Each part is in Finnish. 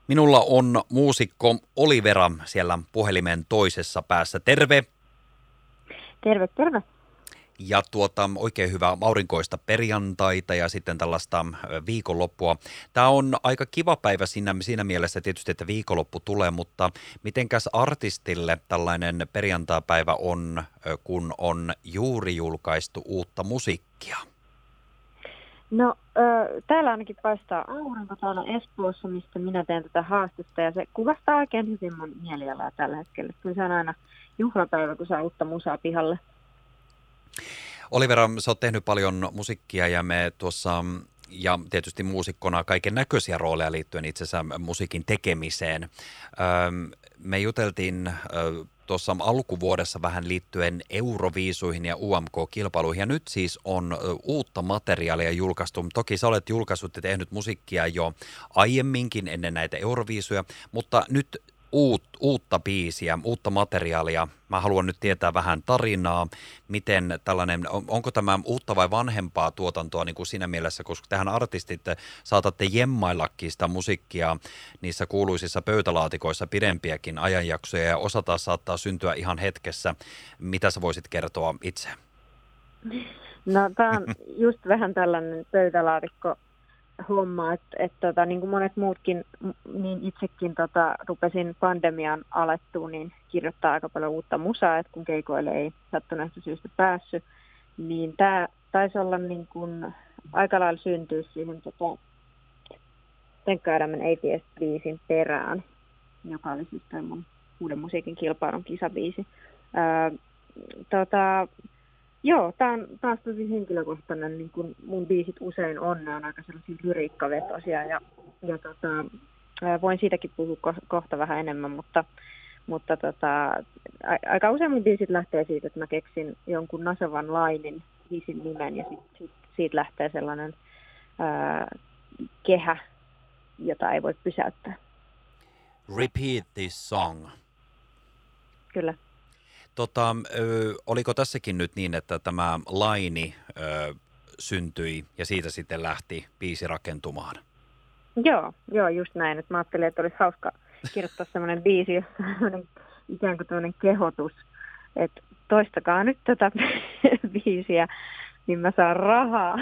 Minulla on muusikko Olivera siellä puhelimen toisessa päässä. Terve! Terve, terve. Ja oikein hyvää aurinkoista perjantaita ja sitten tällaista viikonloppua. Tämä on aika kiva päivä siinä mielessä tietysti, että viikonloppu tulee, mutta mitenkäs artistille tällainen perjantaipäivä on, kun on juuri julkaistu uutta musiikkia? No, täällä ainakin paistaa aurinko täällä Espoossa, mistä minä teen tätä haastusta, ja se kuvastaa oikein hyvin mun mielialaa tällä hetkellä. Kyllä se on aina juhlapäivä, kun saa uutta musaa pihalle. Olivera, sä oot tehnyt paljon musiikkia ja tietysti muusikkona kaiken näköisiä rooleja liittyen itse asiassa musiikin tekemiseen. Me juteltiin tuossa alkuvuodessa vähän liittyen Euroviisuihin ja UMK-kilpailuihin, ja nyt siis on uutta materiaalia julkaistu. Toki sä olet julkaissut ja tehnyt musiikkia jo aiemminkin ennen näitä Euroviisuja, mutta nyt uutta biisiä, uutta materiaalia. Mä haluan nyt tietää vähän tarinaa, miten onko tämä uutta vai vanhempaa tuotantoa niin kuin siinä mielessä, koska tähän artistit saatatte jemmaillakin sitä musiikkia niissä kuuluisissa pöytälaatikoissa pidempiäkin ajanjaksoja ja osa taas saattaa syntyä ihan hetkessä. Mitä sä voisit kertoa itse? No, tämä on just vähän tällainen pöytälaatikko homma, että niin kuin monet muutkin, niin itsekin rupesin pandemian alettua, niin kirjoittaa aika paljon uutta musaa, että kun keikoille ei sattuneesta syystä päässyt, niin tämä taisi olla niin kuin aika lailla syntyä siihen Thank God I'm an Atheist-biisin perään, joka oli siis toi mun uuden musiikin kilpailun kisabiisi. Joo, tämä on taas tosi henkilökohtainen, niin kuin mun biisit usein on, ne on aika sellaisia lyriikkavetoisia ja voin siitäkin puhua kohta vähän enemmän, mutta aika usein mun biisit lähtee siitä, että mä keksin jonkun nasevan lainin biisin nimen ja siitä lähtee sellainen kehä, jota ei voi pysäyttää. Repeat this song. Kyllä. Oliko tässäkin nyt niin, että tämä laini syntyi ja siitä sitten lähti biisi rakentumaan? Joo, just näin. Että mä ajattelin, että olisi hauska kirjoittaa semmoinen biisi, ikään kuin tämmöinen kehotus, että toistakaa nyt tätä biisiä, niin mä saan rahaa.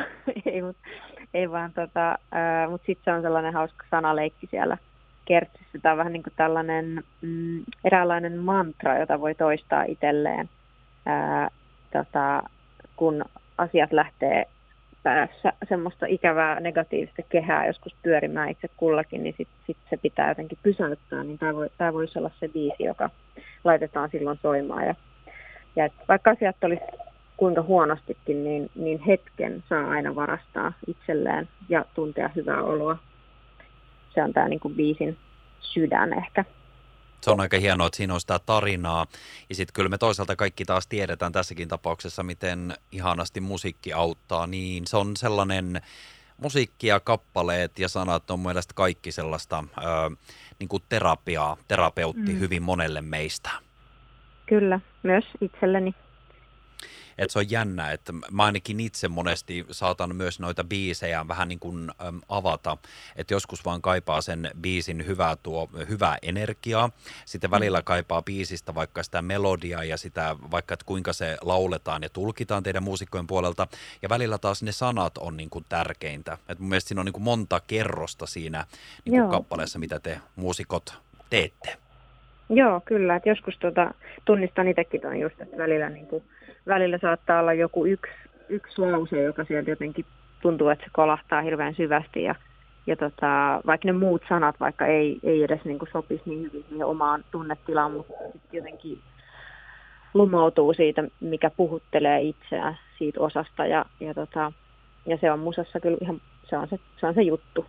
Mutta sitten se on sellainen hauska sanaleikki siellä kertsissä. Tämä on vähän niin kuin tällainen eräänlainen mantra, jota voi toistaa itselleen, kun asiat lähtee päässä semmoista ikävää negatiivista kehää joskus pyörimään itse kullakin, niin sit se pitää jotenkin pysäyttää, niin tämä voisi olla se biisi, joka laitetaan silloin soimaan. Ja vaikka asiat olisi kuinka huonostikin, niin hetken saa aina varastaa itselleen ja tuntea hyvää oloa. Se on tämä niin kuin biisin sydän ehkä. Se on aika hienoa, että siinä on sitä tarinaa. Ja sitten kyllä me toisaalta kaikki taas tiedetään tässäkin tapauksessa, miten ihanasti musiikki auttaa. Niin se on sellainen musiikki ja kappaleet ja sanat on mun mielestä kaikki sellaista niin kuin terapeutti hyvin monelle meistä. Kyllä, myös itselleni. Että se on jännä, että mä ainakin itse monesti saatan myös noita biisejä vähän niin kuin avata, että joskus vaan kaipaa sen biisin hyvää energiaa, sitten välillä kaipaa biisistä vaikka sitä melodiaa ja sitä vaikka, että kuinka se lauletaan ja tulkitaan teidän muusikkojen puolelta, ja välillä taas ne sanat on niin kuin tärkeintä. Että mun mielestä siinä on niin kuin monta kerrosta siinä niin kuin kappaleessa, mitä te muusikot teette. Joo, kyllä. Että joskus tunnistan itsekin tuon just, että välillä saattaa olla joku yksi lause, joka sieltä jotenkin tuntuu, että se kolahtaa hirveän syvästi. Ja vaikka ne muut sanat vaikka ei edes niin kuin sopisi niin hyvin siihen omaan tunnetilaan, mutta sitten jotenkin lumoutuu siitä, mikä puhuttelee itseään siitä osasta. Ja se on musassa kyllä ihan, se on se juttu.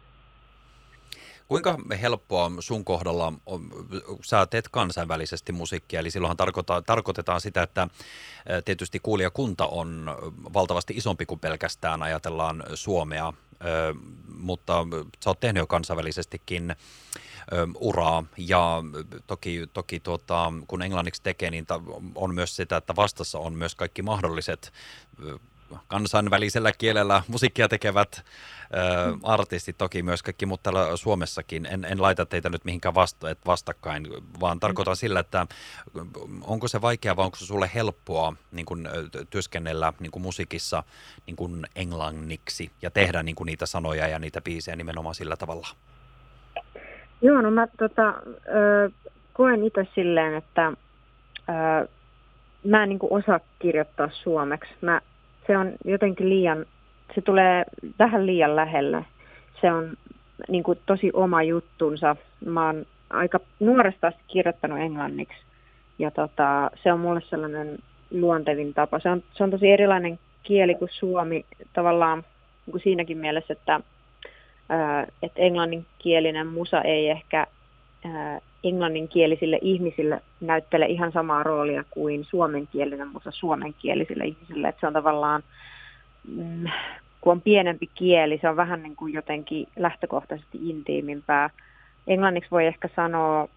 Kuinka helppoa sun kohdalla sä teet kansainvälisesti musiikkia, eli silloinhan tarkoitetaan sitä, että tietysti kuulijakunta on valtavasti isompi kuin pelkästään ajatellaan Suomea, mutta sä oot tehnyt jo kansainvälisestikin uraa ja toki kun englanniksi tekee, niin on myös sitä, että vastassa on myös kaikki mahdolliset kansainvälisellä kielellä musiikkia tekevät artistit, toki myös kaikki muut täällä Suomessakin. En laita teitä nyt mihinkään vastakkain, vaan tarkoitan sillä, että onko se vaikeaa vai onko se sulle helppoa niin kun, työskennellä niin kun musiikissa niin kun englanniksi ja tehdä niin kun niitä sanoja ja niitä biisejä nimenomaan sillä tavalla? Joo, no mä koen itse silleen, että mä en niin kuin osaa kirjoittaa suomeksi. Se on jotenkin se tulee vähän liian lähelle. Se on niin kuin tosi oma juttunsa. Mä oon aika nuoresta asti kirjoittanut englanniksi. Ja se on mulle sellainen luontevin tapa. Se on tosi erilainen kieli kuin suomi tavallaan niin kuin siinäkin mielessä, että englanninkielinen musa ei ehkä englanninkielisille ihmisille näyttele ihan samaa roolia kuin suomenkielinen musa suomenkielisille ihmisille. Että se on tavallaan, kun on pienempi kieli, se on vähän niin kuin jotenkin lähtökohtaisesti intiimimpää. Englanniksi voi ehkä sanoa,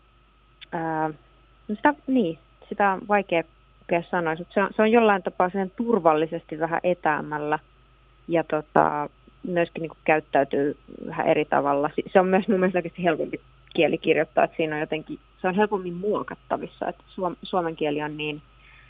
sitä on vaikea sanoa, mutta se on jollain tapaa sen turvallisesti vähän etäämällä ja myöskin niin kuin käyttäytyy vähän eri tavalla. Se on myös mun mielestä oikeasti helpompi kieli kirjoittaa, että siinä on jotenkin, se on helpommin muokattavissa, että suomen kieli on niin,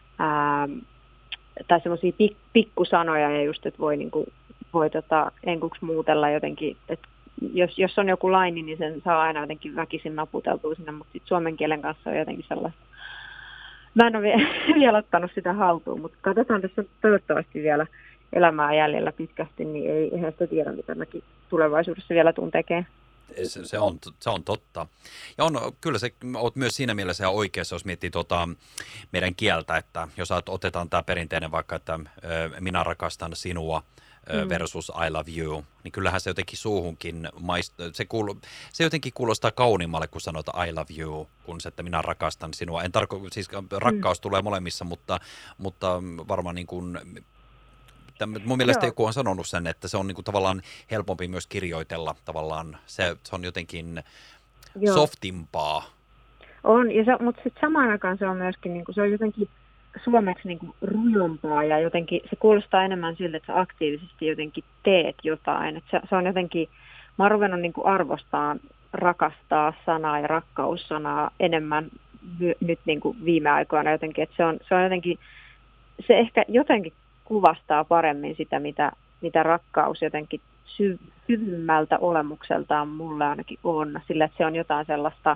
tai semmoisia pikkusanoja ja just, että voi enkuksi muutella jotenkin, että jos on joku laini, niin sen saa aina jotenkin väkisin naputeltua sinne, mutta sitten suomen kielen kanssa on jotenkin sellaista. Mä en ole vielä ottanut sitä haltuun, mutta katsotaan, tässä on toivottavasti vielä elämää jäljellä pitkästi, niin eihän sitä tiedä, mitä mäkin tulevaisuudessa vielä tuun tekemään. Se on totta. Ja kyllä se olet myös siinä mielessä ihan oikeassa, jos miettii meidän kieltä, että jos otetaan tämä perinteinen vaikka, että minä rakastan sinua versus I love you, niin kyllähän se jotenkin suuhunkin se jotenkin kuulostaa kauniimmalle, kun sanotaan I love you, kun se, että minä rakastan sinua. Siis rakkaus tulee molemmissa, mutta varmaan niin kuin mun mielestä joku on sanonut sen, että se on niinku tavallaan helpompi myös kirjoitella tavallaan. Se on jotenkin softimpaa. On, mutta sitten samaan aikaan se on myöskin, niinku, se on jotenkin suomeksi niinku rujompaa ja jotenkin se kuulostaa enemmän siltä, että sä aktiivisesti jotenkin teet jotain. Et se on jotenkin, mä oon ruvennut niinku arvostaa rakastaa sanaa ja rakkaussanaa enemmän nyt niinku viime aikoina jotenkin, että se on jotenkin, se ehkä jotenkin kuvastaa paremmin sitä, mitä rakkaus jotenkin syvimmältä olemukseltaan mulle ainakin on. Sillä, että se on jotain sellaista,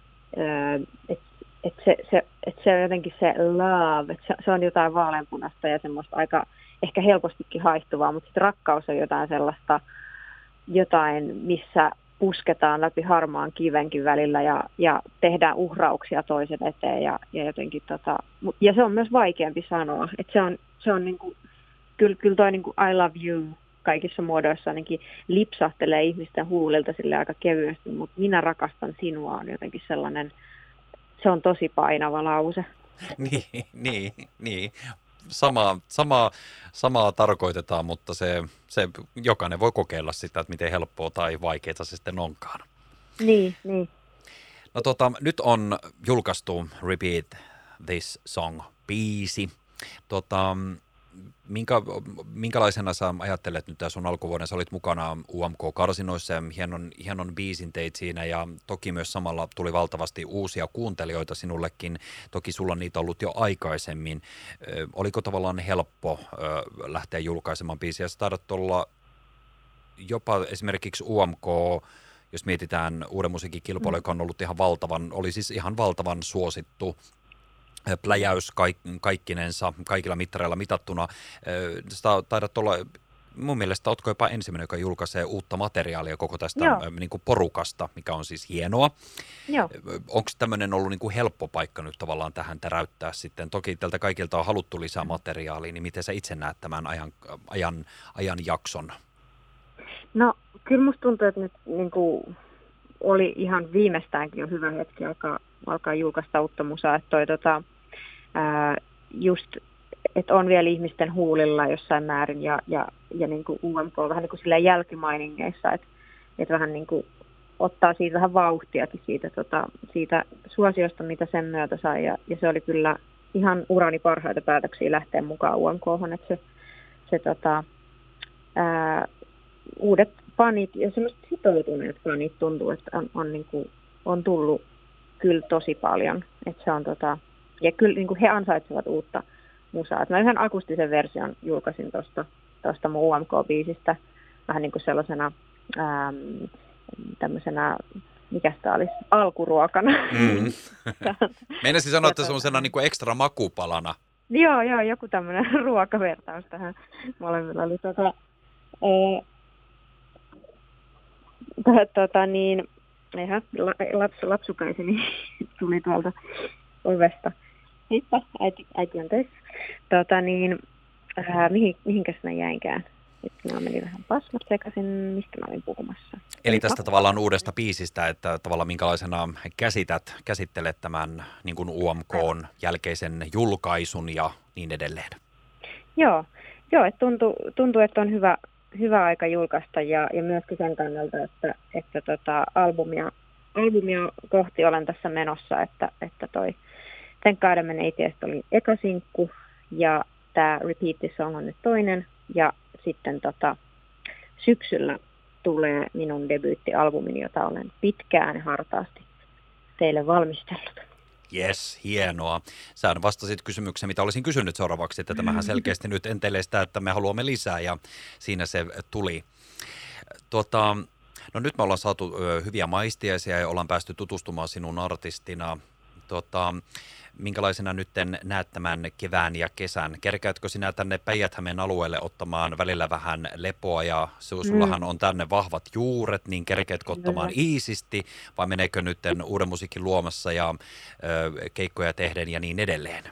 että se on jotenkin se love, että se on jotain vaaleanpunasta ja semmoista aika ehkä helpostikin haihtuvaa, mutta sitten rakkaus on jotain sellaista, missä pusketaan läpi harmaan kivenkin välillä ja tehdään uhrauksia toisen eteen ja jotenkin ja se on myös vaikeampi sanoa, että se on niinku, kyllä toi niinku I love you kaikissa muodoissa ainakin lipsahtelee ihmisten huulilta sille aika kevyesti, mutta minä rakastan sinua on jotenkin sellainen, se on tosi painava lause. Niin. Samaa tarkoitetaan, mutta se jokainen voi kokeilla sitä, että miten helppoa tai vaikeaa se sitten onkaan. Niin. No nyt on julkaistu Repeat This Song -biisi. Minkälaisena sä ajattelet nyt tässä sun alkuvuoden? Sä olit mukana UMK-karsinoissa ja hienon biisin teit siinä ja toki myös samalla tuli valtavasti uusia kuuntelijoita sinullekin. Toki sulla on niitä ollut jo aikaisemmin. Oliko tavallaan helppo lähteä julkaisemaan biisiä? Sä taidat olla jopa esimerkiksi UMK, jos mietitään uuden musiikin kilpailu, joka on ollut oli siis ihan valtavan suosittu pläjäys kaikkinensa, kaikilla mittareilla mitattuna. Taidat olla, mun mielestä ootko jopa ensimmäinen, joka julkaisee uutta materiaalia koko tästä niin kuin porukasta, mikä on siis hienoa. Onko tämmöinen ollut niin kuin helppo paikka nyt tavallaan tähän täräyttää sitten? Toki tältä kaikilta on haluttu lisää materiaalia, niin miten sä itse näet tämän ajanjakson? No, kyllä musta tuntuu, että nyt niin kuin oli ihan viimeistäänkin jo hyvä hetki alkaa julkaista uutta musaa, että just, että on vielä ihmisten huulilla jossain määrin ja niin kuin UMK on vähän niin kuin silleen jälkimainingeissa, että vähän niin kuin ottaa siitä vähän vauhtiakin siitä suosiosta, mitä sen myötä sai ja se oli kyllä ihan urani parhaita päätöksiä lähteä mukaan UMK:hon, että se se uudet fanit ja semmoiset sitoutuneet fanit tuntuu, että on tullut kyllä tosi paljon. Että se on ja kyllä niin kuin he ansaitsevat uutta musaa. Et mä yhden akustisen version julkaisin tuosta mun UMK-biisistä vähän niin kuin sellaisena tämmöisenä, mikä sitä olisi, alkuruokana. Meinasin sanoa, että semmoisena niin kuin ekstra makupalana. Joo, joku tämmöinen ruokavertaus tähän molemmilla oli ihan lapsukaiseni tuli tuolta ovesta. Heippa, äiti on töissä. Mihinkäs mä jäinkään? Nyt mä menin vähän pasmat sekaisin, mistä mä olin puhumassa. Eli tästä tavallaan uudesta biisistä, että tavallaan minkälaisena käsittelet tämän niin kuin UMK:n jälkeisen julkaisun ja niin edelleen. Joo, että tuntuu, että on hyvä aika julkaista ja myöskin sen kannalta, että albumia kohti olen tässä menossa, että toi Thank God I'm an Atheist oli eka sinkku ja tämä Repeat the Song on nyt toinen ja sitten syksyllä tulee minun debyyttialbumini, jota olen pitkään ja hartaasti teille valmistellut. Jes, hienoa. Sä vastasit kysymykseen, mitä olisin kysynyt seuraavaksi, että tämähän selkeästi nyt entelee sitä, että me haluamme lisää ja siinä se tuli. No nyt me ollaan saatu hyviä maistiaisia ja ollaan päästy tutustumaan sinun artistina. Minkälaisena nyt näet tämän kevään ja kesän? Kerkäätkö sinä tänne Päijät-Hämeen alueelle ottamaan välillä vähän lepoa ja sullahan on tänne vahvat juuret, niin kerkeätkö ottamaan iisisti vai meneekö nyt uuden musiikin luomassa ja keikkoja tehden ja niin edelleen?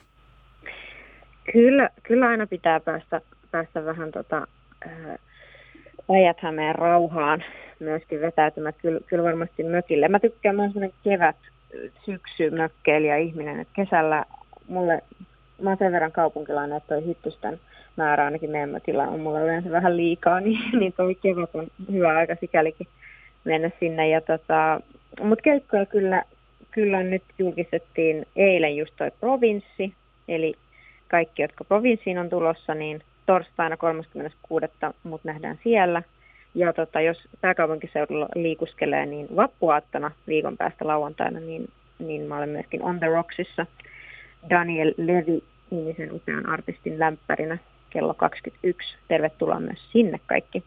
Kyllä aina pitää päästä vähän Päijät-Hämeen rauhaan myöskin vetäytymään. Kyllä varmasti mökille. Mä tykkään, mä oon sellainen syksymökkeilijä ihminen, että kesällä mä oon sen verran kaupunkilainen, että toi hyttysten määrä ainakin meidän mökillä on mulle yleensä vähän liikaa, niin toi kevät on hyvä aika sikälikin mennä sinne. Mutta keikkoja kyllä nyt julkistettiin eilen just toi Provinssi, eli kaikki, jotka Provinssiin on tulossa, niin torstaina 36. mut nähdään siellä. Ja jos pääkaupunkiseudulla liikuskelee, niin vappuaattona viikon päästä lauantaina, niin mä olen myöskin On The Rocksissa Daniel Levy-nimisen upean artistin lämpärinä kello 21. Tervetuloa myös sinne kaikki.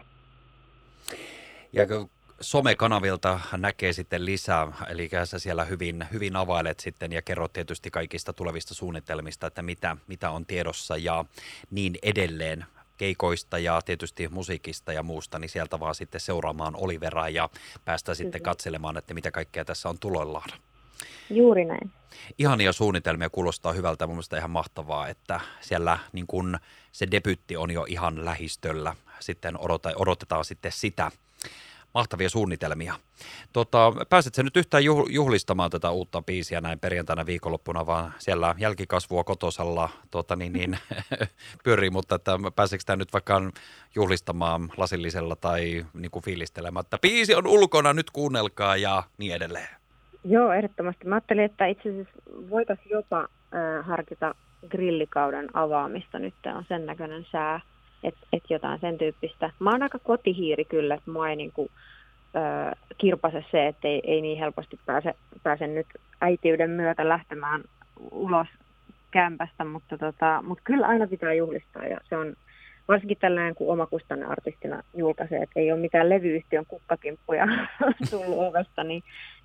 Ja somekanavilta näkee sitten lisää, eli sä siellä hyvin availet sitten ja kerrot tietysti kaikista tulevista suunnitelmista, että mitä on tiedossa ja niin edelleen. Keikoista ja tietysti musiikista ja muusta, niin sieltä vaan sitten seuraamaan Oliveraa ja päästä sitten katselemaan, että mitä kaikkea tässä on tuloillaan. Juuri näin. Ihania suunnitelmia, kuulostaa hyvältä, mun mielestä ihan mahtavaa, että siellä niin kun se debyytti on jo ihan lähistöllä, sitten odotetaan sitten sitä. Mahtavia suunnitelmia. Pääsetkö nyt yhtään juhlistamaan tätä uutta biisiä näin perjantaina viikonloppuna, vaan siellä jälkikasvua kotosalla pyörii, mutta että pääseekö tämä nyt vaikka juhlistamaan lasillisella tai niin kuin fiilistelemään, että biisi on ulkona, nyt kuunnelkaa ja niin edelleen? Joo, ehdottomasti. Mä ajattelin, että itse asiassa voitaisiin jopa harkita grillikauden avaamista. Nyt on sen näköinen sää. Että jotain sen tyyppistä. Mä oon aika kotihiiri kyllä, että mua ei kirpase se, että ei niin helposti pääse nyt äitiyden myötä lähtemään ulos kämpästä, mutta kyllä aina pitää juhlistaa ja se on varsinkin tällainen, kun omakustanne artistina julkaisee, että ei ole mitään levyyhtiön kukkakimppuja tullut ovesta, niin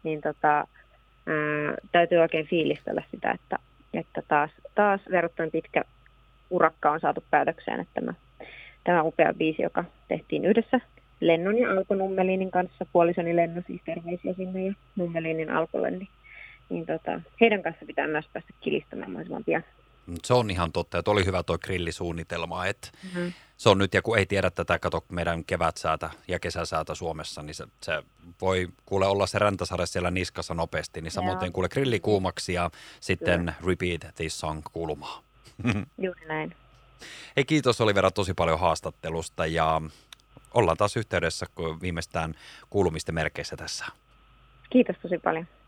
täytyy oikein fiilistellä sitä, että taas verrattain pitkä urakka on saatu päätökseen, että tämä upea biisi, joka tehtiin yhdessä Lennon ja Alko Nummelinin kanssa, puolisoni Lenno, siis terveisiä sinne ja Nummelinin Alkolle, niin heidän kanssa pitää myös päästä kilistämään mahdollisimman pian. Se on ihan totta, että oli hyvä tuo grillisuunnitelma, että se on nyt, ja kun ei tiedä tätä, kato meidän kevätsäätä ja kesäsäätä Suomessa, niin se voi kuule olla se räntäsade siellä niskassa nopeasti, niin samoin kuule grilli kuumaksi ja sitten Repeat This Song kuulumaan. Juuri näin. Hei, kiitos Olivera tosi paljon haastattelusta ja ollaan taas yhteydessä viimeistään kuulumisten merkeissä tässä. Kiitos tosi paljon.